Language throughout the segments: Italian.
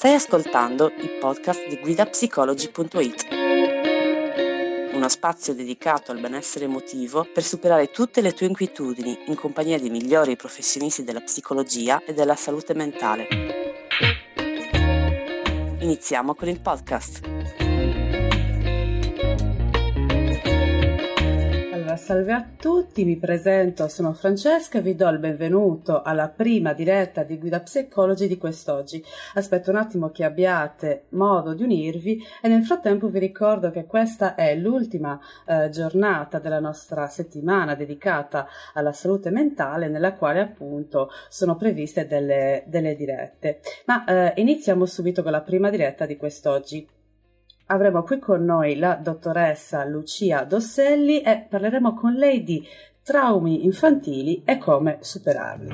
Stai ascoltando il podcast di guidapsicologi.it, uno spazio dedicato al benessere emotivo per superare tutte le tue inquietudini in compagnia dei migliori professionisti della psicologia e della salute mentale. Iniziamo con il podcast. Salve a tutti, mi presento, sono Francesca e vi do il benvenuto alla prima diretta di Guida Psicologi di quest'oggi. Aspetto un attimo che abbiate modo di unirvi e nel frattempo vi ricordo che questa è l'ultima giornata della nostra settimana dedicata alla salute mentale, nella quale appunto sono previste delle dirette. Ma iniziamo subito con la prima diretta di quest'oggi. Avremo qui con noi la dottoressa Lucia Dosselli e parleremo con lei di traumi infantili e come superarli.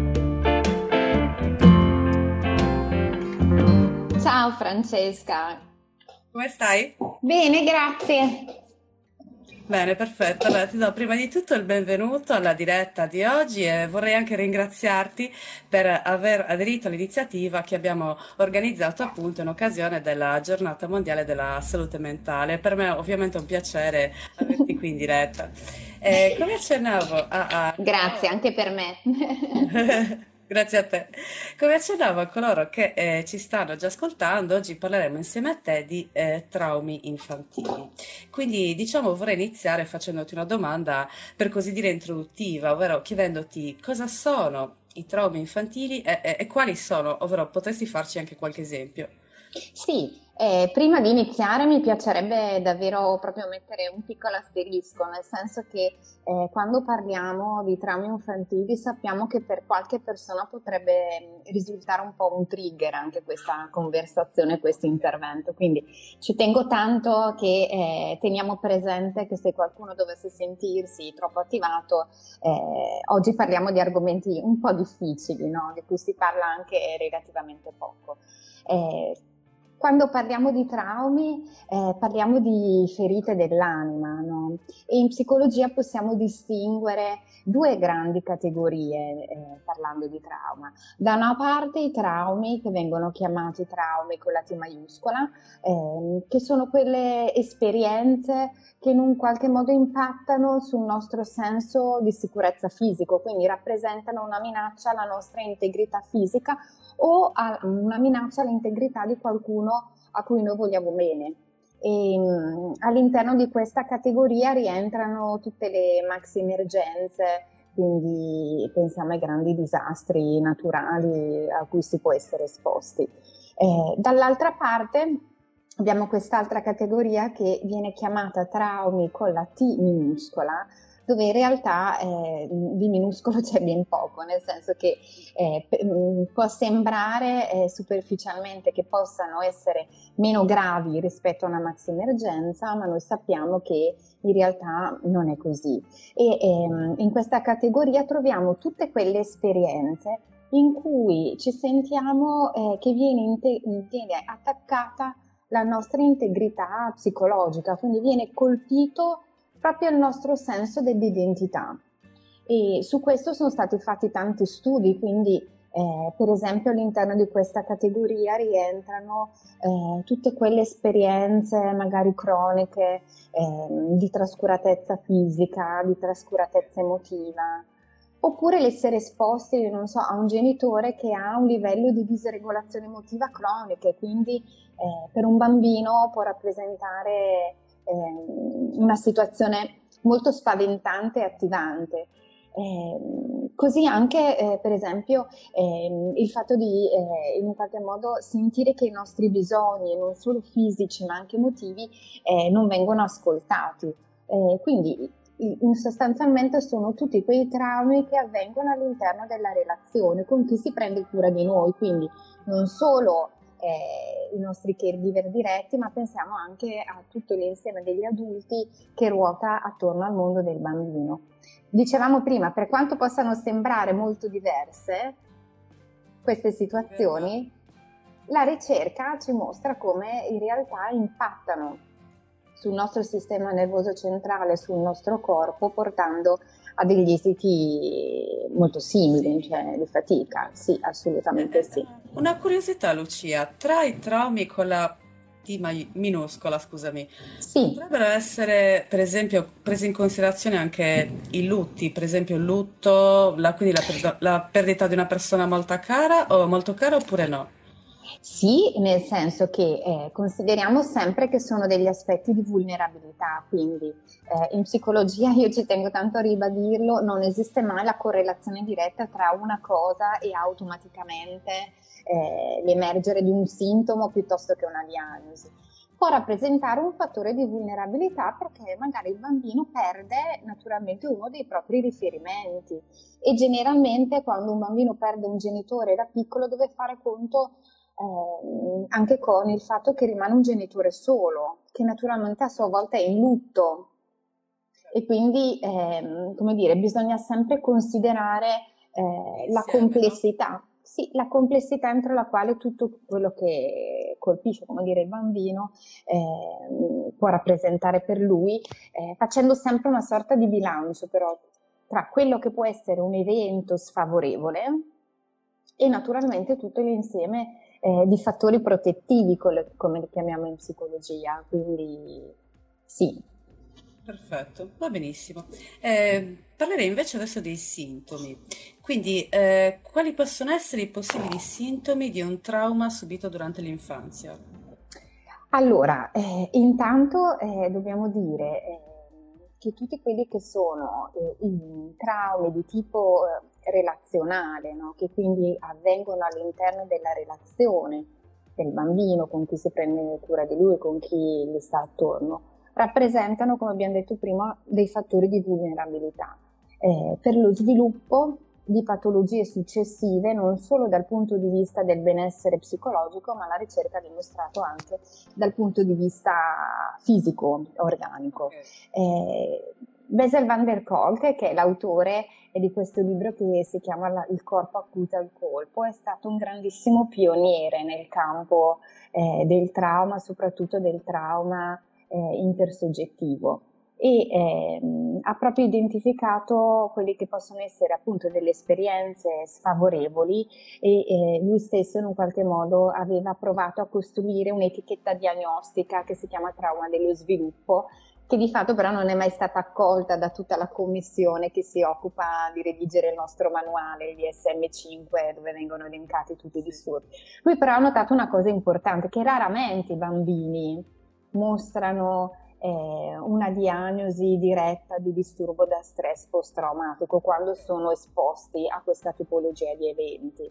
Ciao Francesca. Come stai? Bene, grazie. Bene, perfetto. Allora ti do prima di tutto il benvenuto alla diretta di oggi e vorrei anche ringraziarti per aver aderito all'iniziativa che abbiamo organizzato appunto in occasione della Giornata Mondiale della Salute Mentale. Per me ovviamente è un piacere averti qui in diretta. Come accennavo Grazie, anche per me. Grazie a te. Come accennavo a coloro che ci stanno già ascoltando, oggi parleremo insieme a te di traumi infantili. Quindi vorrei iniziare facendoti una domanda per così dire introduttiva, ovvero chiedendoti cosa sono i traumi infantili e quali sono, ovvero potresti farci anche qualche esempio. Sì, prima di iniziare mi piacerebbe davvero proprio mettere un piccolo asterisco, nel senso che quando parliamo di traumi infantili sappiamo che per qualche persona potrebbe risultare un po' un trigger anche questa conversazione, questo intervento, quindi ci tengo tanto che teniamo presente che se qualcuno dovesse sentirsi troppo attivato, oggi parliamo di argomenti un po' difficili, no? Di cui si parla anche relativamente poco. Quando parliamo di traumi parliamo di ferite dell'anima, no? E in psicologia possiamo distinguere due grandi categorie parlando di trauma. Da una parte i traumi che vengono chiamati traumi con la T maiuscola, che sono quelle esperienze che in un qualche modo impattano sul nostro senso di sicurezza fisico, quindi rappresentano una minaccia alla nostra integrità fisica o una minaccia all'integrità di qualcuno a cui noi vogliamo bene. E all'interno di questa categoria rientrano tutte le maxi emergenze, quindi pensiamo ai grandi disastri naturali a cui si può essere esposti. Dall'altra parte abbiamo quest'altra categoria che viene chiamata traumi con la T minuscola, dove in realtà di minuscolo c'è ben poco, nel senso che può sembrare superficialmente che possano essere meno gravi rispetto a una maxi emergenza, ma noi sappiamo che in realtà non è così. E in questa categoria troviamo tutte quelle esperienze in cui ci sentiamo che viene attaccata la nostra integrità psicologica, quindi viene colpito proprio il nostro senso dell'identità. E su questo sono stati fatti tanti studi, quindi per esempio all'interno di questa categoria rientrano tutte quelle esperienze magari croniche di trascuratezza fisica, di trascuratezza emotiva, oppure l'essere esposti, non so, a un genitore che ha un livello di disregolazione emotiva cronica, e quindi per un bambino può rappresentare una situazione molto spaventante e attivante. Così anche per esempio il fatto di in un qualche modo sentire che i nostri bisogni, non solo fisici ma anche emotivi, non vengono ascoltati. Quindi sostanzialmente sono tutti quei traumi che avvengono all'interno della relazione con chi si prende cura di noi, quindi non solo i nostri caregiver diretti, ma pensiamo anche a tutto l'insieme degli adulti che ruota attorno al mondo del bambino. Dicevamo prima, per quanto possano sembrare molto diverse queste situazioni, la ricerca ci mostra come in realtà impattano sul nostro sistema nervoso centrale, sul nostro corpo, portando ha degli esiti molto simili, cioè di fatica, sì, assolutamente sì. Una curiosità, Lucia, tra i traumi con la minuscola, scusami, Sì. potrebbero essere, per esempio, presi in considerazione anche i lutti, per esempio il lutto, quindi la perdita di una persona molto cara oppure no? Sì, nel senso che consideriamo sempre che sono degli aspetti di vulnerabilità, quindi in psicologia io ci tengo tanto a ribadirlo, non esiste mai la correlazione diretta tra una cosa e automaticamente l'emergere di un sintomo piuttosto che una diagnosi. Può rappresentare un fattore di vulnerabilità perché magari il bambino perde naturalmente uno dei propri riferimenti e generalmente quando un bambino perde un genitore da piccolo deve fare conto anche con il fatto che rimane un genitore solo, che naturalmente a sua volta è in lutto e quindi come dire, bisogna sempre considerare la complessità, sì, la complessità entro la quale tutto quello che colpisce, come dire, il bambino può rappresentare per lui, facendo sempre una sorta di bilancio però tra quello che può essere un evento sfavorevole e naturalmente tutto l'insieme di fattori protettivi, come li chiamiamo in psicologia, quindi sì. Perfetto, va benissimo. Parlerei invece adesso dei sintomi. Quindi, quali possono essere i possibili sintomi di un trauma subito durante l'infanzia? Allora, intanto dobbiamo dire che tutti quelli che sono i traumi di tipo relazionale, no? Che quindi avvengono all'interno della relazione del bambino con chi si prende cura di lui, con chi gli sta attorno, rappresentano, come abbiamo detto prima, dei fattori di vulnerabilità per lo sviluppo di patologie successive non solo dal punto di vista del benessere psicologico, ma la ricerca ha dimostrato anche dal punto di vista fisico, organico. Bessel van der Kolk, che è l'autore di questo libro che si chiama Il corpo accusa il colpo, è stato un grandissimo pioniere nel campo del trauma, soprattutto del trauma intersoggettivo. E ha proprio identificato quelli che possono essere appunto delle esperienze sfavorevoli e lui stesso in un qualche modo aveva provato a costruire un'etichetta diagnostica che si chiama trauma dello sviluppo, che di fatto però non è mai stata accolta da tutta la commissione che si occupa di redigere il nostro manuale, il DSM-5, dove vengono elencati tutti i disturbi. Lui però ha notato una cosa importante, che raramente i bambini mostrano una diagnosi diretta di disturbo da stress post-traumatico quando sono esposti a questa tipologia di eventi.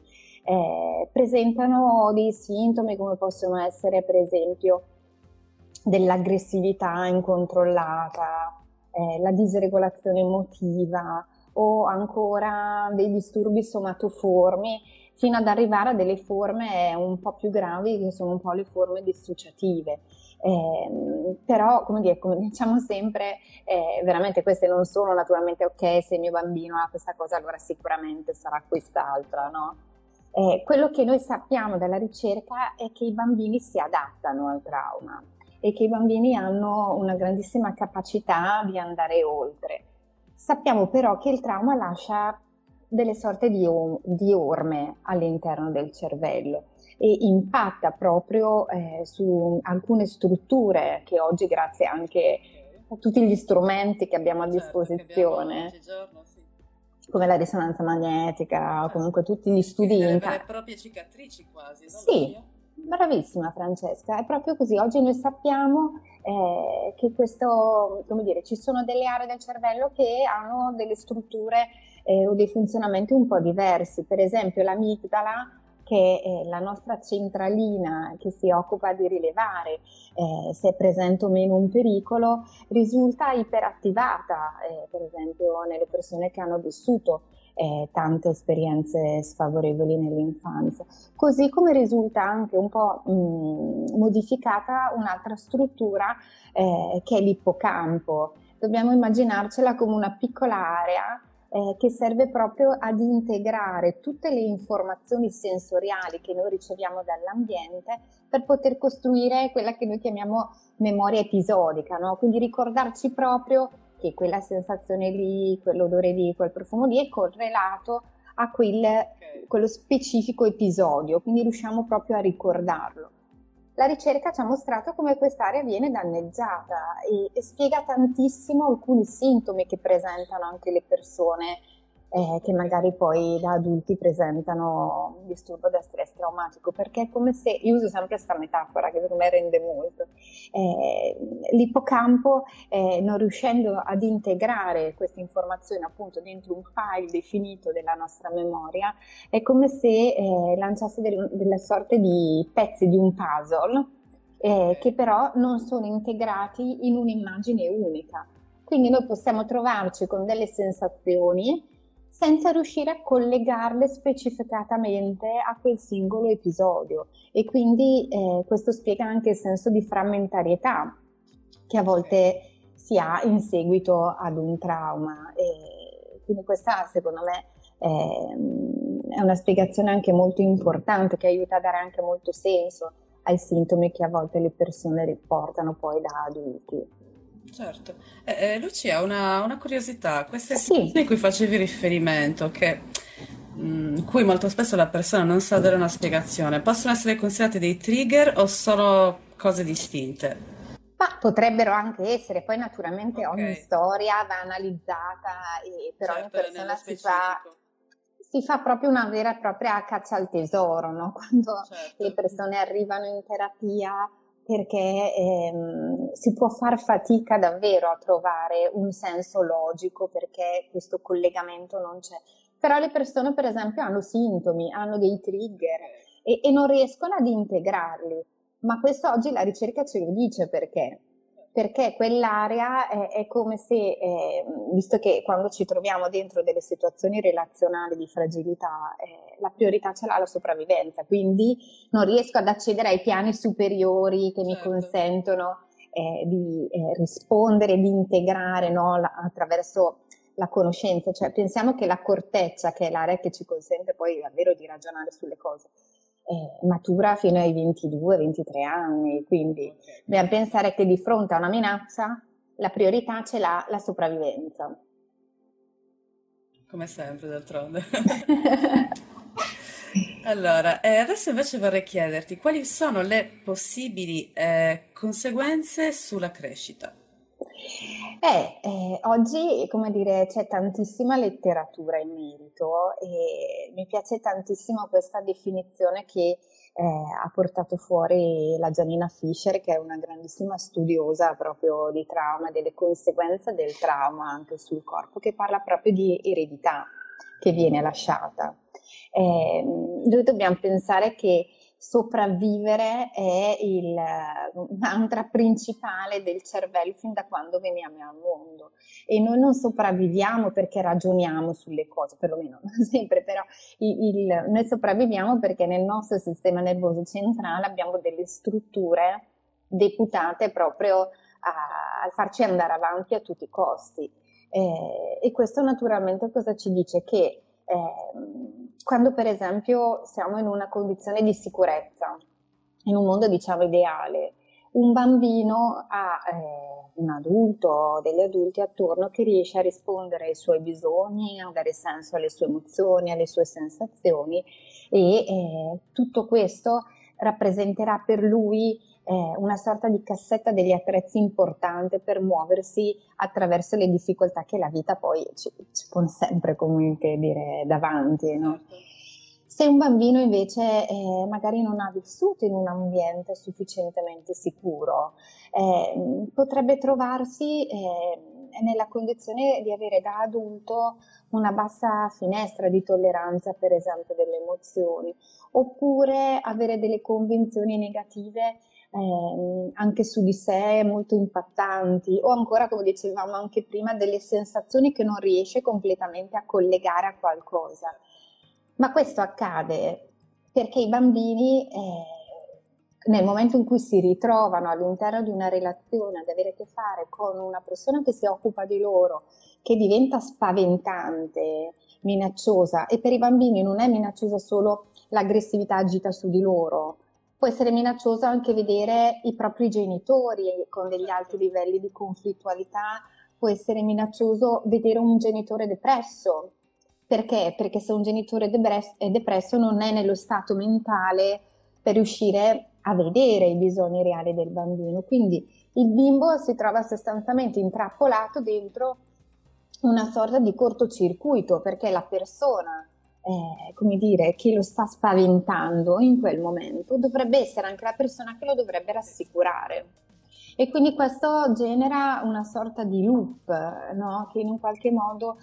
Presentano dei sintomi come possono essere per esempio dell'aggressività incontrollata, la disregolazione emotiva o ancora dei disturbi somatoformi fino ad arrivare a delle forme un po' più gravi che sono un po' le forme dissociative. Però come diciamo sempre veramente queste non sono naturalmente ok, se il mio bambino ha questa cosa allora sicuramente sarà quest'altra, no? Quello che noi sappiamo dalla ricerca è che i bambini si adattano al trauma e che i bambini hanno una grandissima capacità di andare oltre. Sappiamo però che il trauma lascia delle sorte di orme all'interno del cervello e impatta proprio su alcune strutture che oggi, grazie anche a tutti gli strumenti che abbiamo a disposizione, come la risonanza magnetica, comunque tutti gli studi. Delle vere e proprie cicatrici quasi, no? Sì, bravissima Francesca, è proprio così. Oggi noi sappiamo che questo, come dire, ci sono delle aree del cervello che hanno delle strutture o dei funzionamenti un po' diversi. Per esempio l'amigdala, che è la nostra centralina che si occupa di rilevare se è presente o meno un pericolo, risulta iperattivata, per esempio nelle persone che hanno vissuto tante esperienze sfavorevoli nell'infanzia. Così come risulta anche un po' modificata un'altra struttura che è l'ippocampo. Dobbiamo immaginarcela come una piccola area che serve proprio ad integrare tutte le informazioni sensoriali che noi riceviamo dall'ambiente per poter costruire quella che noi chiamiamo memoria episodica, no? Quindi ricordarci proprio che quella sensazione lì, quell'odore lì, quel profumo lì è correlato a quello specifico episodio, quindi riusciamo proprio a ricordarlo. La ricerca ci ha mostrato come quest'area viene danneggiata e spiega tantissimo alcuni sintomi che presentano anche le persone che magari poi da adulti presentano un disturbo da stress traumatico, perché è come se, io uso sempre questa metafora che secondo me rende molto, l'ippocampo non riuscendo ad integrare queste informazioni appunto dentro un file definito della nostra memoria, è come se lanciasse delle sorte di pezzi di un puzzle che però non sono integrati in un'immagine unica. Quindi noi possiamo trovarci con delle sensazioni senza riuscire a collegarle specificatamente a quel singolo episodio, e quindi questo spiega anche il senso di frammentarietà che a volte si ha in seguito ad un trauma, e quindi questa secondo me è una spiegazione anche molto importante che aiuta a dare anche molto senso ai sintomi che a volte le persone riportano poi da adulti. Certo. Lucia, una curiosità, queste Sì. situazioni a cui facevi riferimento, cui molto spesso la persona non sa dare una spiegazione, possono essere considerate dei trigger o sono cose distinte? Ma potrebbero anche essere, poi naturalmente Ok. ogni storia va analizzata e per ogni Certo, persona nello si specifico. fa proprio una vera e propria caccia al tesoro, no? Quando Certo. le persone arrivano in terapia, perché si può far fatica davvero a trovare un senso logico, perché questo collegamento non c'è. Però le persone per esempio hanno sintomi, hanno dei trigger e non riescono ad integrarli, ma questo oggi la ricerca ce lo dice perché quell'area è come se, visto che quando ci troviamo dentro delle situazioni relazionali di fragilità, la priorità ce l'ha la sopravvivenza, quindi non riesco ad accedere ai piani superiori che mi Certo. consentono di rispondere, di integrare, no, attraverso la conoscenza. Cioè pensiamo che la corteccia, che è l'area che ci consente poi davvero di ragionare sulle cose, matura fino ai 22-23 anni, quindi dobbiamo pensare che di fronte a una minaccia la priorità ce l'ha la sopravvivenza. Come sempre, d'altronde. Allora, adesso invece vorrei chiederti quali sono le possibili conseguenze sulla crescita. Oggi, come dire, c'è tantissima letteratura in merito e mi piace tantissimo questa definizione che ha portato fuori la Janina Fisher, che è una grandissima studiosa proprio di trauma e delle conseguenze del trauma anche sul corpo, che parla proprio di eredità che viene lasciata. Noi dobbiamo pensare che sopravvivere è il mantra principale del cervello fin da quando veniamo al mondo, e noi non sopravviviamo perché ragioniamo sulle cose, perlomeno non sempre, però noi sopravviviamo perché nel nostro sistema nervoso centrale abbiamo delle strutture deputate proprio al farci andare avanti a tutti i costi, e questo naturalmente cosa ci dice? Che quando per esempio siamo in una condizione di sicurezza, in un mondo diciamo ideale, un bambino ha un adulto, degli adulti attorno che riesce a rispondere ai suoi bisogni, a dare senso alle sue emozioni, alle sue sensazioni, e tutto questo rappresenterà per lui una sorta di cassetta degli attrezzi importante per muoversi attraverso le difficoltà che la vita poi ci pone sempre comunque dire davanti, no? Se un bambino invece magari non ha vissuto in un ambiente sufficientemente sicuro, potrebbe trovarsi nella condizione di avere da adulto una bassa finestra di tolleranza, per esempio, delle emozioni, oppure avere delle convinzioni negative anche su di sé molto impattanti, o ancora, come dicevamo anche prima, delle sensazioni che non riesce completamente a collegare a qualcosa. Ma questo accade perché i bambini nel momento in cui si ritrovano all'interno di una relazione ad avere a che fare con una persona che si occupa di loro, che diventa spaventante, minacciosa, e per i bambini non è minacciosa solo l'aggressività agita su di loro, può essere minaccioso anche vedere i propri genitori con degli alti livelli di conflittualità può essere minaccioso vedere un genitore depresso. Perché? Perché se un genitore è depresso non è nello stato mentale per riuscire a vedere i bisogni reali del bambino. Quindi il bimbo si trova sostanzialmente intrappolato dentro una sorta di cortocircuito, perché la persona, come dire, che lo sta spaventando in quel momento dovrebbe essere anche la persona che lo dovrebbe rassicurare. E quindi questo genera una sorta di loop, no? Che in un qualche modo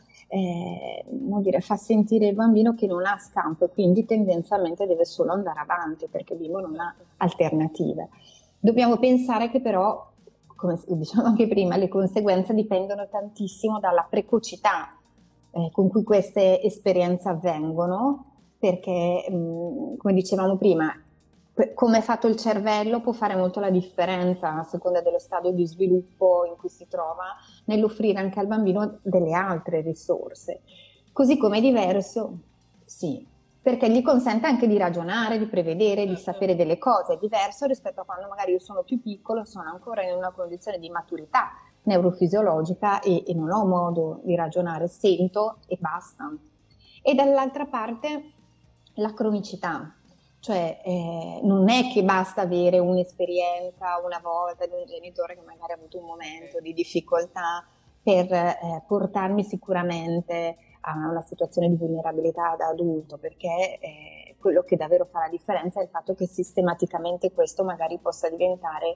fa sentire il bambino che non ha scampo e quindi tendenzialmente deve solo andare avanti perché il bimbo non ha alternative. Dobbiamo pensare che però, come diciamo anche prima, le conseguenze dipendono tantissimo dalla precocità con cui queste esperienze avvengono, perché come dicevamo prima, come è fatto il cervello può fare molto la differenza a seconda dello stadio di sviluppo in cui si trova nell'offrire anche al bambino delle altre risorse. Così come è diverso, sì, perché gli consente anche di ragionare, di prevedere, di sapere delle cose. È diverso rispetto a quando magari io sono più piccolo, sono ancora in una condizione di maturità neurofisiologica e non ho modo di ragionare, sento e basta. E dall'altra parte la cronicità. Cioè non è che basta avere un'esperienza una volta di un genitore che magari ha avuto un momento di difficoltà per portarmi sicuramente a una situazione di vulnerabilità da adulto, perché quello che davvero fa la differenza è il fatto che sistematicamente questo magari possa diventare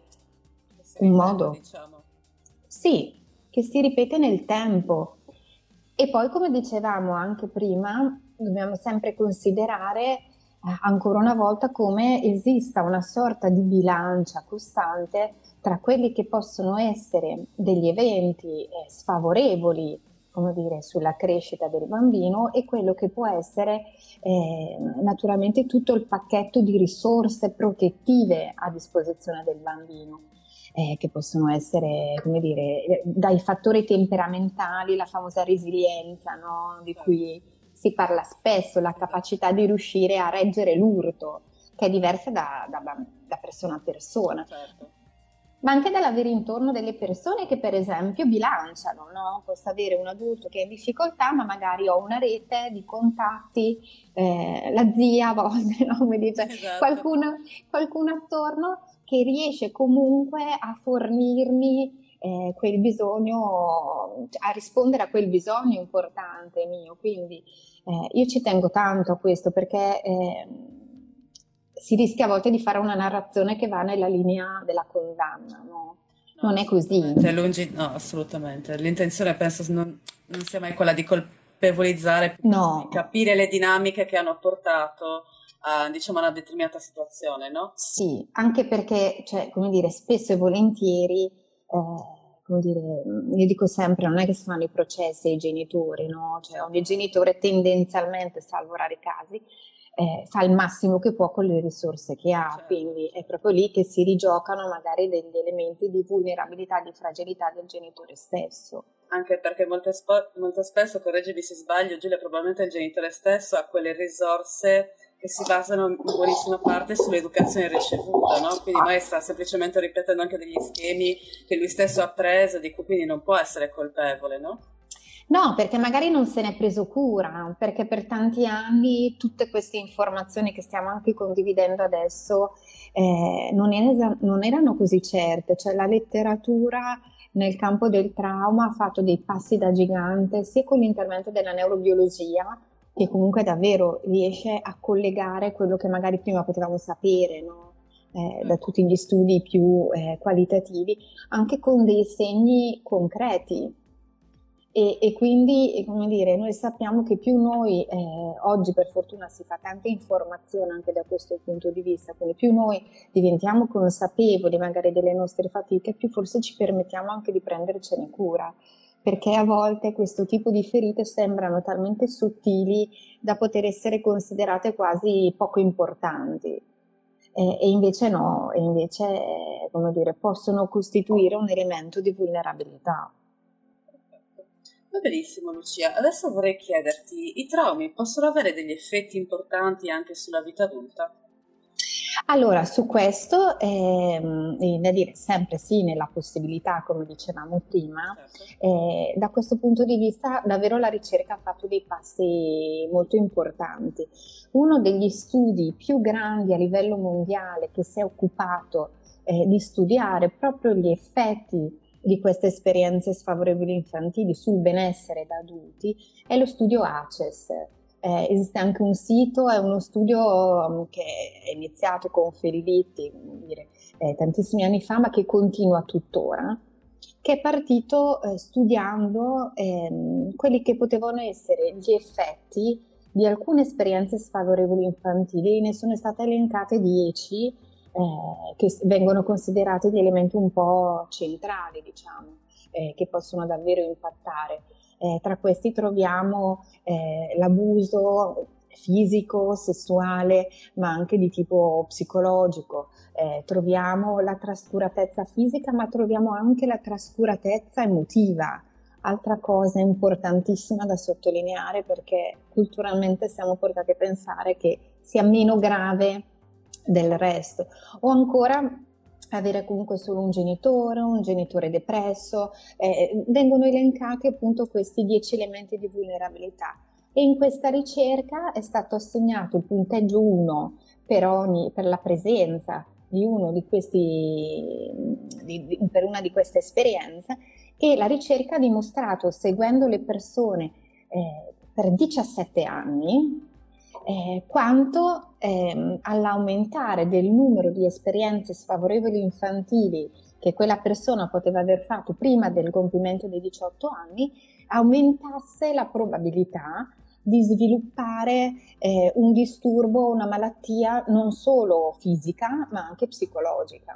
un modo, diciamo. Sì, che si ripete nel tempo. E poi, come dicevamo anche prima, dobbiamo sempre considerare ancora una volta come esista una sorta di bilancia costante tra quelli che possono essere degli eventi sfavorevoli, come dire, sulla crescita del bambino e quello che può essere naturalmente tutto il pacchetto di risorse protettive a disposizione del bambino. Che possono essere, come dire, dai fattori temperamentali, la famosa resilienza, no? Di cui si parla spesso, la capacità di riuscire a reggere l'urto, che è diversa da persona a persona. Certo. Ma anche dall'avere intorno delle persone che per esempio bilanciano, no? Posso avere un adulto che è in difficoltà, ma magari ho una rete di contatti, la zia a volte, no? Come dice, Esatto. qualcuno attorno che riesce comunque a fornirmi quel bisogno, a rispondere a quel bisogno importante mio. Quindi io ci tengo tanto a questo perché si rischia a volte di fare una narrazione che va nella linea della condanna, no? Non è così. No, assolutamente. L'intenzione penso non sia mai quella di colpevolizzare, No. di capire le dinamiche che hanno portato a, diciamo, a una determinata situazione, no? Sì, anche perché, cioè, come dire, spesso e volentieri, come dire, io dico sempre, non è che si fanno i processi ai genitori, no? Cioè, ogni genitore tendenzialmente, salvo rari casi, fa il massimo che può con le risorse che ha, Certo. quindi è proprio lì che si rigiocano magari degli elementi di vulnerabilità, di fragilità del genitore stesso. Anche perché molto spesso, correggimi se sbaglio, Giulia, probabilmente il genitore stesso ha quelle risorse che si basano in buonissima parte sull'educazione ricevuta, no? Quindi magari sta semplicemente ripetendo anche degli schemi che lui stesso ha preso, di cui quindi non può essere colpevole, no? No, perché magari non se n'è preso cura, perché per tanti anni tutte queste informazioni che stiamo anche condividendo adesso non erano così certe, cioè la letteratura nel campo del trauma ha fatto dei passi da gigante sia con l'intervento della neurobiologia che comunque davvero riesce a collegare quello che magari prima potevamo sapere, no? Da tutti gli studi più qualitativi, anche con dei segni concreti. E quindi, come dire, noi sappiamo che più noi, oggi per fortuna si fa tanta informazione anche da questo punto di vista, quindi più noi diventiamo consapevoli magari delle nostre fatiche, più forse ci permettiamo anche di prendercene cura, perché a volte questo tipo di ferite sembrano talmente sottili da poter essere considerate quasi poco importanti. E invece no, e invece, come dire, possono costituire un elemento di vulnerabilità. Va benissimo, Lucia. Adesso vorrei chiederti, i traumi possono avere degli effetti importanti anche sulla vita adulta? Allora, su questo, da dire sempre sì nella possibilità, come dicevamo prima, Certo. da questo punto di vista davvero la ricerca ha fatto dei passi molto importanti. Uno degli studi più grandi a livello mondiale che si è occupato di studiare proprio gli effetti di queste esperienze sfavorevoli infantili sul benessere da adulti è lo studio ACES. Esiste anche un sito, è uno studio che è iniziato con Ferliti, tantissimi anni fa, ma che continua tuttora, che è partito studiando quelli che potevano essere gli effetti di alcune esperienze sfavorevoli infantili. Ne sono state elencate 10 che vengono considerati gli elementi un po' centrali, diciamo, che possono davvero impattare. Tra questi troviamo l'abuso fisico, sessuale, ma anche di tipo psicologico. Troviamo la trascuratezza fisica, ma troviamo anche la trascuratezza emotiva. Altra cosa importantissima da sottolineare, perché culturalmente siamo portati a pensare che sia meno grave del resto, o ancora avere comunque solo un genitore depresso, vengono elencati appunto questi 10 elementi di vulnerabilità. E in questa ricerca è stato assegnato il punteggio 1 per la presenza di uno di questi, per una di queste esperienze, e la ricerca ha dimostrato, seguendo le persone per 17 anni, quanto all'aumentare del numero di esperienze sfavorevoli infantili che quella persona poteva aver fatto prima del compimento dei 18 anni, aumentasse la probabilità di sviluppare un disturbo, una malattia non solo fisica ma anche psicologica.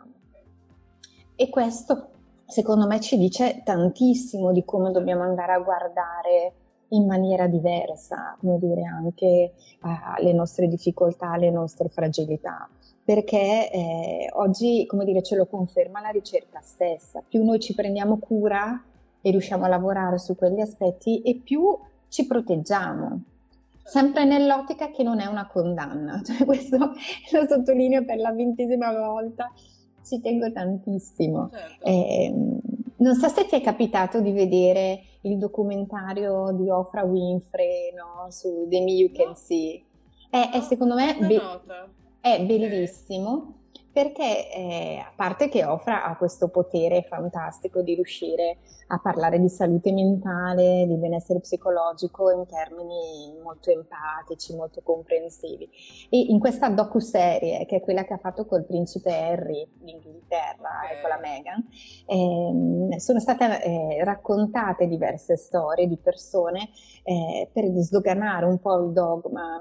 E questo secondo me ci dice tantissimo di come dobbiamo andare a guardare in maniera diversa, come dire, anche alle nostre difficoltà, alle nostre fragilità, perché oggi, come dire, ce lo conferma la ricerca stessa. Più noi ci prendiamo cura e riusciamo a lavorare su quegli aspetti, e più ci proteggiamo. Sempre nell'ottica che non è una condanna, cioè questo lo sottolineo per la 20ª volta, ci tengo tantissimo. Certo. Non so se ti è capitato di vedere il documentario di Oprah Winfrey, no? Su The Me You Can No, See. È no, secondo me prendo nota. è Ok. bellissimo, perché a parte che Oprah ha questo potere fantastico di riuscire a parlare di salute mentale, di benessere psicologico in termini molto empatici, molto comprensivi. E in questa docuserie, che è quella che ha fatto col principe Harry d'Inghilterra e con la Ok. Meghan, sono state raccontate diverse storie di persone per sdoganare un po' il dogma,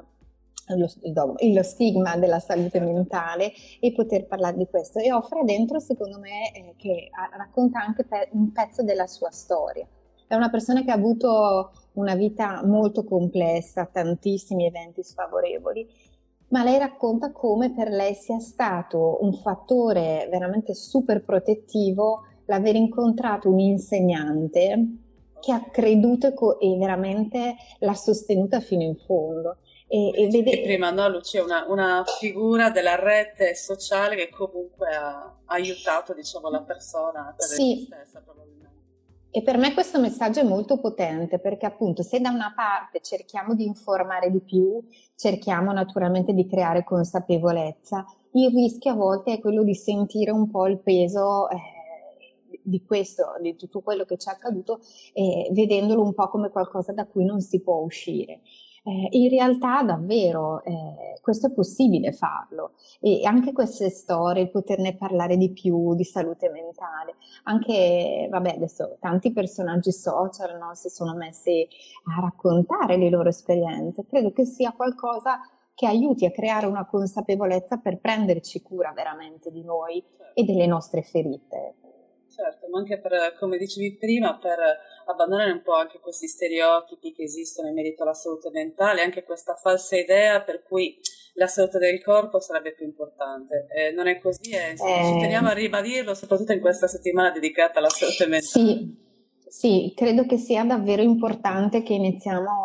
lo stigma della salute Certo. mentale, e poter parlare di questo. E offre dentro, secondo me, che racconta anche un pezzo della sua storia. È una persona che ha avuto una vita molto complessa, tantissimi eventi sfavorevoli, ma lei racconta come per lei sia stato un fattore veramente super protettivo l'aver incontrato un insegnante che ha Ok. creduto e veramente l'ha sostenuta fino in fondo. Come E dicevi prima, no, Lucia, una figura della rete sociale che comunque ha aiutato, diciamo, la persona a credersi sì, stessa, probabilmente. e per me questo messaggio è molto potente, perché appunto se da una parte cerchiamo di informare di più, cerchiamo naturalmente di creare consapevolezza, il rischio a volte è quello di sentire un po' il peso di questo, di tutto quello che ci è Certo. accaduto, vedendolo un po' come qualcosa da cui non si può uscire. In realtà davvero questo è possibile farlo, e anche queste storie, poterne parlare di più di salute mentale. Certo. Anche, vabbè, adesso tanti personaggi social, no, si sono messi a raccontare le loro esperienze. Credo che sia qualcosa che aiuti a creare una consapevolezza per prenderci cura veramente di noi e Certo. delle nostre ferite. Certo, ma anche per, come dicevi prima, per abbandonare un po' anche questi stereotipi che esistono in merito alla salute mentale, anche questa falsa idea per cui la salute del corpo sarebbe più importante. Non è così, e insomma ci Eh, teniamo a ribadirlo, soprattutto in questa settimana dedicata alla salute mentale. Sì, sì, credo che sia davvero importante che iniziamo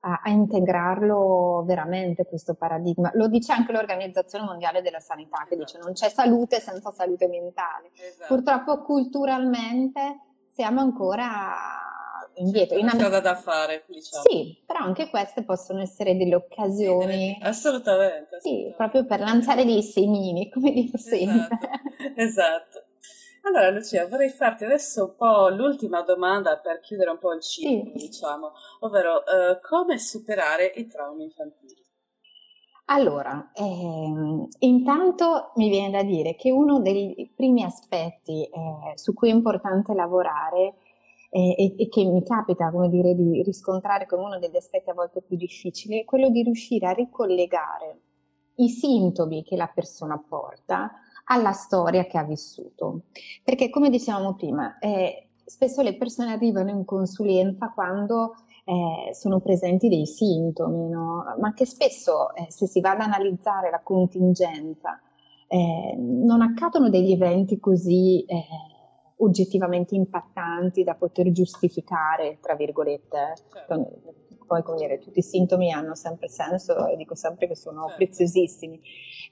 a integrarlo veramente questo paradigma. Lo dice anche l'Organizzazione Mondiale della Sanità, che dice non c'è salute senza salute mentale. Purtroppo culturalmente siamo ancora indietro. C'è una strada da fare, diciamo. Sì, però anche queste possono essere delle occasioni. Assolutamente. Sì, proprio per lanciare dei semini, come dico sempre. Esatto. Allora Lucia, vorrei farti adesso un po' l'ultima domanda per chiudere un po' il ciclo, diciamo, ovvero come superare i traumi infantili? Allora, intanto mi viene da dire che uno dei primi aspetti su cui è importante lavorare e che mi capita, come dire, di riscontrare come uno degli aspetti a volte più difficili è quello di riuscire a ricollegare i sintomi che la persona porta alla storia che ha vissuto. Perché, come dicevamo prima, spesso le persone arrivano in consulenza quando sono presenti dei sintomi, no? Ma che spesso, se si va ad analizzare la contingenza, non accadono degli eventi così oggettivamente impattanti da poter giustificare, tra virgolette. Poi, come dire, tutti i sintomi hanno sempre senso e dico sempre che sono preziosissimi.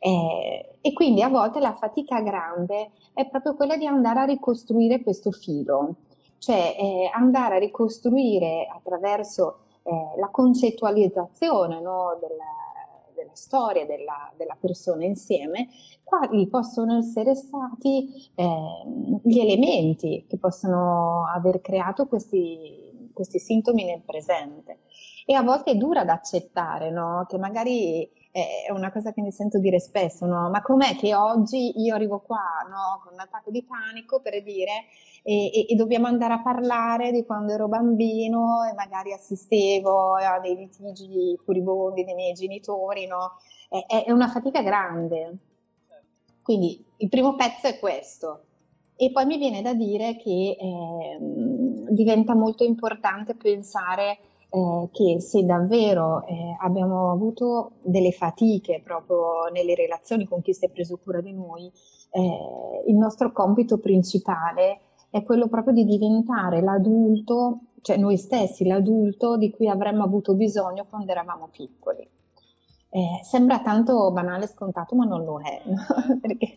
E quindi a volte la fatica grande è proprio quella di andare a ricostruire questo filo, cioè andare a ricostruire attraverso la concettualizzazione, no, della storia della persona insieme, quali possono essere stati gli elementi che possono aver creato questi sintomi nel presente. E a volte è dura da accettare, no? Che magari è una cosa che mi sento dire spesso, no? Ma com'è che oggi io arrivo qua, no? Con un attacco di panico, per dire, e dobbiamo andare a parlare di quando ero bambino e magari assistevo a dei litigi furibondi dei miei genitori, no? È una fatica grande. Quindi il primo pezzo è questo. E poi mi viene da dire che diventa molto importante pensare che se davvero abbiamo avuto delle fatiche proprio nelle relazioni con chi si è preso cura di noi, il nostro compito principale è quello proprio di diventare l'adulto, cioè noi stessi l'adulto di cui avremmo avuto bisogno quando eravamo piccoli. Sembra tanto banale e scontato, ma non lo è, no? Perché,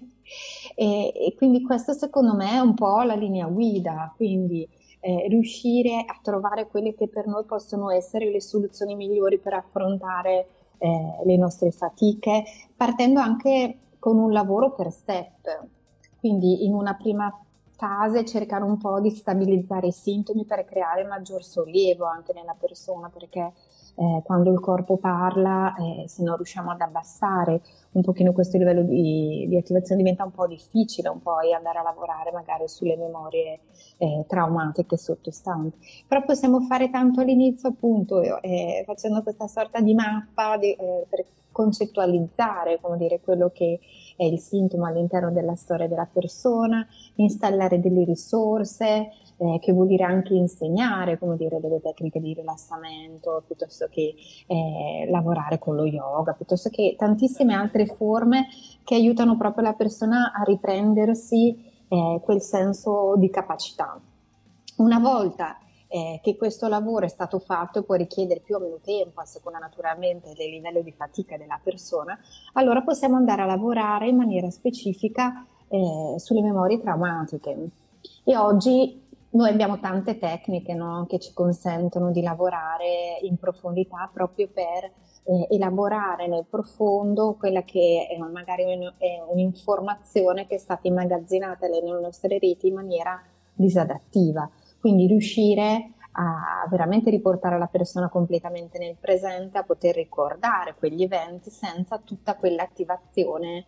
e quindi questo secondo me è un po' la linea guida, quindi riuscire a trovare quelle che per noi possono essere le soluzioni migliori per affrontare le nostre fatiche, partendo anche con un lavoro per step, quindi in una prima fase cercare un po' di stabilizzare i sintomi per creare maggior sollievo anche nella persona, perché quando il corpo parla, se non riusciamo ad abbassare un pochino questo livello di attivazione diventa un po' difficile un po' andare a lavorare magari sulle memorie traumatiche sottostanti. Però possiamo fare tanto all'inizio appunto facendo questa sorta di mappa per concettualizzare, come dire, quello che è il sintomo all'interno della storia della persona, installare delle risorse, che vuol dire anche insegnare, come dire, delle tecniche di rilassamento, piuttosto che lavorare con lo yoga, piuttosto che tantissime altre forme che aiutano proprio la persona a riprendersi quel senso di capacità. Una volta che questo lavoro è stato fatto e può richiedere più o meno tempo, a seconda naturalmente del livello di fatica della persona, allora possiamo andare a lavorare in maniera specifica sulle memorie traumatiche. E oggi noi abbiamo tante tecniche, no, che ci consentono di lavorare in profondità proprio per elaborare nel profondo quella che è magari è un'informazione che è stata immagazzinata nelle nostre reti in maniera disadattiva. Quindi riuscire a veramente riportare la persona completamente nel presente, a poter ricordare quegli eventi senza tutta quell'attivazione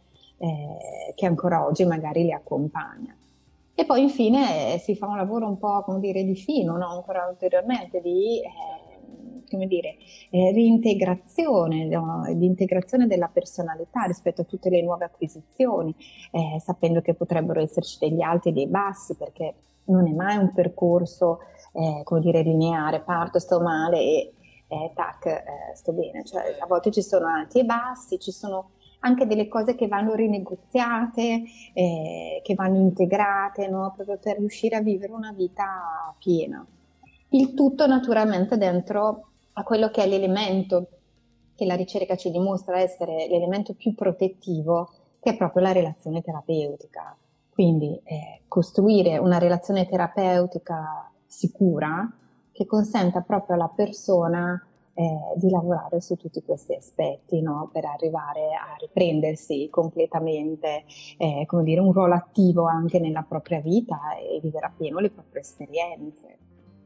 che ancora oggi magari li accompagna. E poi infine si fa un lavoro un po', come dire, di fino, no? Ancora ulteriormente di come dire, reintegrazione, no? Di integrazione della personalità rispetto a tutte le nuove acquisizioni, sapendo che potrebbero esserci degli alti e dei bassi, perché non è mai un percorso come dire, lineare, parto, sto male e tac, sto bene. Cioè, a volte ci sono alti e bassi, ci sono anche delle cose che vanno rinegoziate, che vanno integrate, no? Proprio per riuscire a vivere una vita piena. Il tutto naturalmente dentro a quello che è l'elemento che la ricerca ci dimostra essere l'elemento più protettivo, che è proprio la relazione terapeutica. Quindi costruire una relazione terapeutica sicura che consenta proprio alla persona di lavorare su tutti questi aspetti, no? Per arrivare a riprendersi completamente, come dire, un ruolo attivo anche nella propria vita e vivere appieno le proprie esperienze.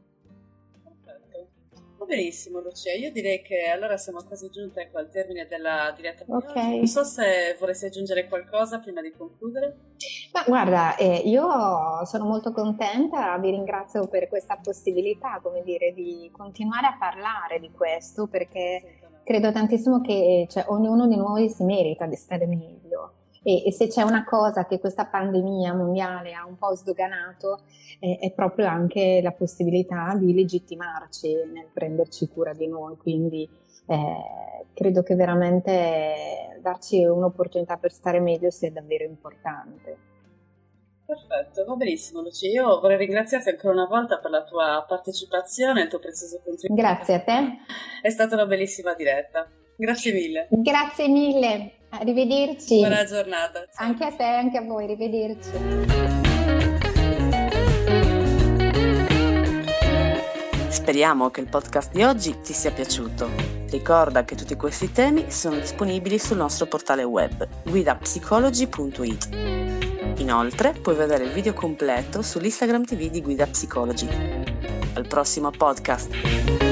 Va benissimo Lucia, io direi che allora siamo quasi giunte al termine della diretta di Ok. oggi. Non so se vorresti aggiungere qualcosa prima di concludere. Ma guarda, io sono molto contenta, vi ringrazio per questa possibilità, come dire, di continuare a parlare di questo, perché credo tantissimo che ognuno di noi si merita di stare meglio. E se c'è una cosa che questa pandemia mondiale ha un po' sdoganato è proprio anche la possibilità di legittimarci nel prenderci cura di noi, quindi credo che veramente darci un'opportunità per stare meglio sia davvero importante. Perfetto, va benissimo Lucia, io vorrei ringraziarti ancora una volta per la tua partecipazione e il tuo prezioso contributo. Grazie a te. È stata una bellissima diretta. Grazie mille. Grazie mille, arrivederci. Buona giornata. Ciao. Anche a te, anche a voi, arrivederci. Speriamo che il podcast di oggi ti sia piaciuto. Ricorda che tutti questi temi sono disponibili sul nostro portale web guidapsicology.it. Inoltre puoi vedere il video completo sull'Instagram TV di Guida Psicology. Al prossimo podcast!